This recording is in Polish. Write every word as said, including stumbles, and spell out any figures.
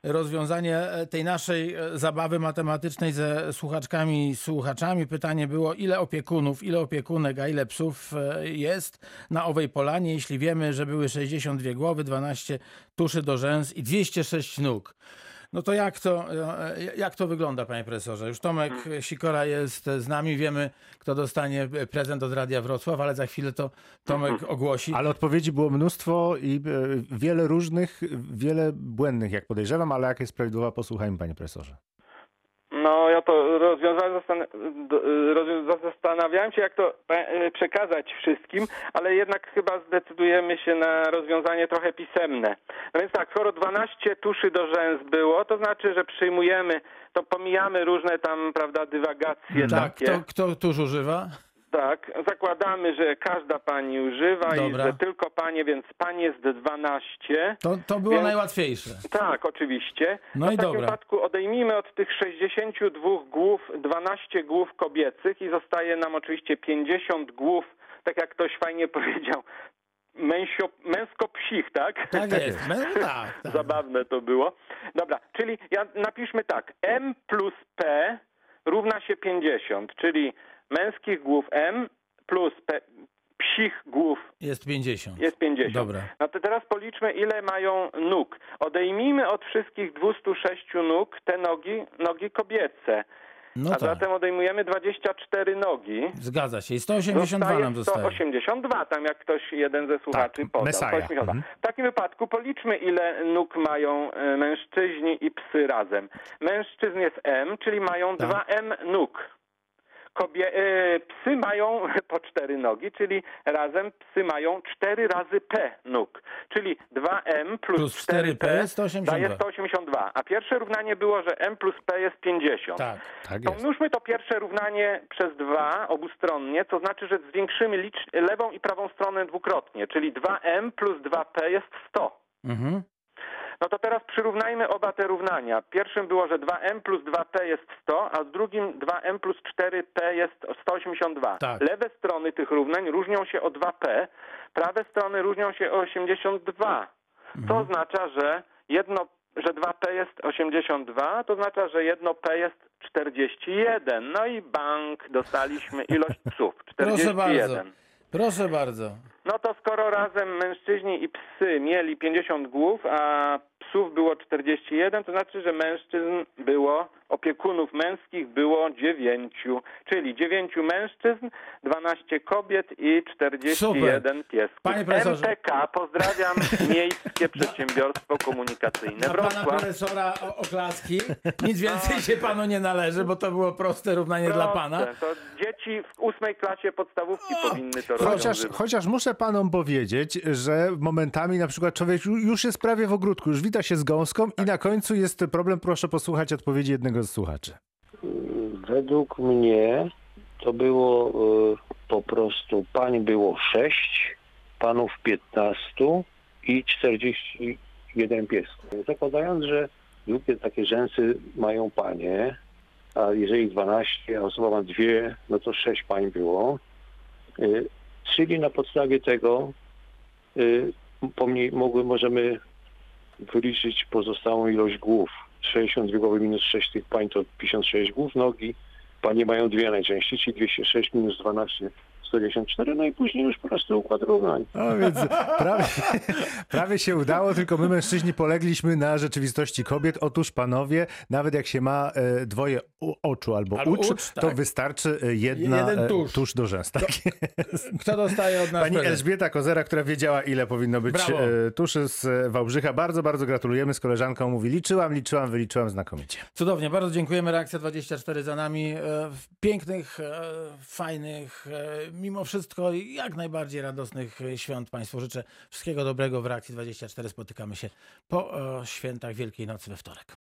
rozwiązanie tej naszej zabawy matematycznej ze słuchaczkami i słuchaczami. Pytanie było, ile opiekunów, ile opiekunek, a ile psów jest na owej polanie, jeśli wiemy, że były sześćdziesiąt dwie głowy, dwanaście tuszy do rzęs i dwieście sześć nóg. No to jak to, jak to wygląda, panie profesorze? Już Tomek Sikora jest z nami, wiemy, kto dostanie prezent od Radia Wrocław, ale za chwilę to Tomek ogłosi. Ale odpowiedzi było mnóstwo i wiele różnych, wiele błędnych, jak podejrzewam, ale jak jest prawidłowa, posłuchajmy, panie profesorze. No ja to rozwiązałem, zastanawiałem się, jak to przekazać wszystkim, ale jednak chyba zdecydujemy się na rozwiązanie trochę pisemne. No więc tak, skoro dwanaście tuszy do rzęs było, to znaczy, że przyjmujemy, to pomijamy różne tam, prawda, dywagacje Tak, takie. kto, kto tuż używa? Tak, zakładamy, że każda pani używa. Dobra. I że tylko panie, więc pań jest dwanaście. To, to było więc najłatwiejsze. Tak, oczywiście. No no i w takim dobra. wypadku odejmijmy od tych sześćdziesięciu dwóch głów dwanaście głów kobiecych i zostaje nam oczywiście pięćdziesiąt głów, tak jak ktoś fajnie powiedział, męsio, męsko-psich, tak? Tak jest. tak, tak. Zabawne to było. Dobra, czyli ja, napiszmy tak. M plus P równa się pięćdziesiąt, czyli męskich głów M plus P, psich głów jest pięćdziesiąt. Jest pięćdziesiąt. Dobra. No to teraz policzmy, ile mają nóg. Odejmijmy od wszystkich dwustu sześciu nóg te nogi, nogi kobiece. No A tak. zatem odejmujemy dwadzieścia cztery nogi. Zgadza się. I sto osiemdziesiąt dwa nam zostaje. sto osiemdziesiąt dwa, tam jak ktoś, jeden ze słuchaczy tak, podał. Mesaja. Mhm. W takim wypadku policzmy, ile nóg mają mężczyźni i psy razem. Mężczyzn jest M, czyli mają tak. dwa M nóg. Kobie, y, psy mają po cztery nogi, czyli razem psy mają cztery razy P nóg. Czyli dwa M plus, plus cztery P jest sto osiemdziesiąt dwa. daje sto osiemdziesiąt dwa. A pierwsze równanie było, że M plus P jest pięćdziesiąt. Tak, tak to jest. mnóżmy to pierwsze równanie przez dwa obustronnie, co znaczy, że zwiększymy licz, lewą i prawą stronę dwukrotnie, czyli dwa M plus dwa P jest sto. Mhm. No to teraz przyrównajmy oba te równania. Pierwszym było, że dwa M plus dwa P jest sto, a z drugim dwa M plus cztery P jest sto osiemdziesiąt dwa. Tak. Lewe strony tych równań różnią się o dwa P, prawe strony różnią się o osiemdziesiąt dwa. Mhm. To oznacza, że jedno, że dwa P jest osiemdziesiąt dwa, to oznacza, że jedno P jest czterdzieści jeden. No i bank, dostaliśmy ilość psów. czterdzieści jeden. Proszę bardzo. Proszę bardzo. No to skoro razem mężczyźni i psy mieli pięćdziesiąt głów, a psów było czterdzieści jeden, to znaczy, że mężczyzn było, opiekunów męskich było dziewięciu, czyli dziewięciu mężczyzn, dwanaście kobiet i czterdzieści jeden piesków. Panie profesorze. M P K, pozdrawiam Miejskie Przedsiębiorstwo Komunikacyjne Na pana Wrocław. profesora oklaski. Nic więcej się panu nie należy, bo to było proste równanie Proste. dla pana. To dzieci w ósmej klasie podstawówki o, powinny to chociaż, rozwiązywać. chociaż muszę panom powiedzieć, że momentami na przykład człowiek już jest prawie w ogródku, już wita się z gąską i na końcu jest problem. Proszę posłuchać odpowiedzi jednego z słuchaczy. Według mnie to było y, po prostu pań było sześć, panów piętnastu i czterdzieści jeden piesków. Zakładając, że długie takie rzęsy mają panie, a jeżeli dwanaście, a osoba ma dwie, no to sześć pań było. Y, czyli na podstawie tego y, pomniej, mogły, możemy wyliczyć pozostałą ilość głów. sześćdziesiąt dwie głowy minus sześć tych pań to pięćdziesiąt sześć głów nogi. Panie mają dwie najczęściej, czyli dwieście sześć minus dwanaście, sto dziewięćdziesiąt cztery, no i później już po prostu układ równań. No więc prawie, prawie się udało, tylko my mężczyźni polegliśmy na rzeczywistości kobiet. Otóż panowie, nawet jak się ma e, dwoje u, oczu albo, Albo ucz, ucz, to tak. wystarczy jedna Jeden e, tusz. tusz do rzęs. Tak jest. Kto dostaje od nas Pani prezent? Elżbieta Kozera, która wiedziała, ile powinno być Brawo. e, tuszy z Wałbrzycha. Bardzo, bardzo gratulujemy. Z koleżanką mówi, liczyłam, liczyłam, wyliczyłam znakomicie. Cudownie, bardzo dziękujemy. Reakcja dwadzieścia cztery za nami. E, pięknych, e, fajnych, e, mimo wszystko jak najbardziej radosnych świąt Państwu życzę. Wszystkiego dobrego w Reakcji dwadzieścia cztery. Spotykamy się po e, świętach Wielkiej Nocy we wtorek.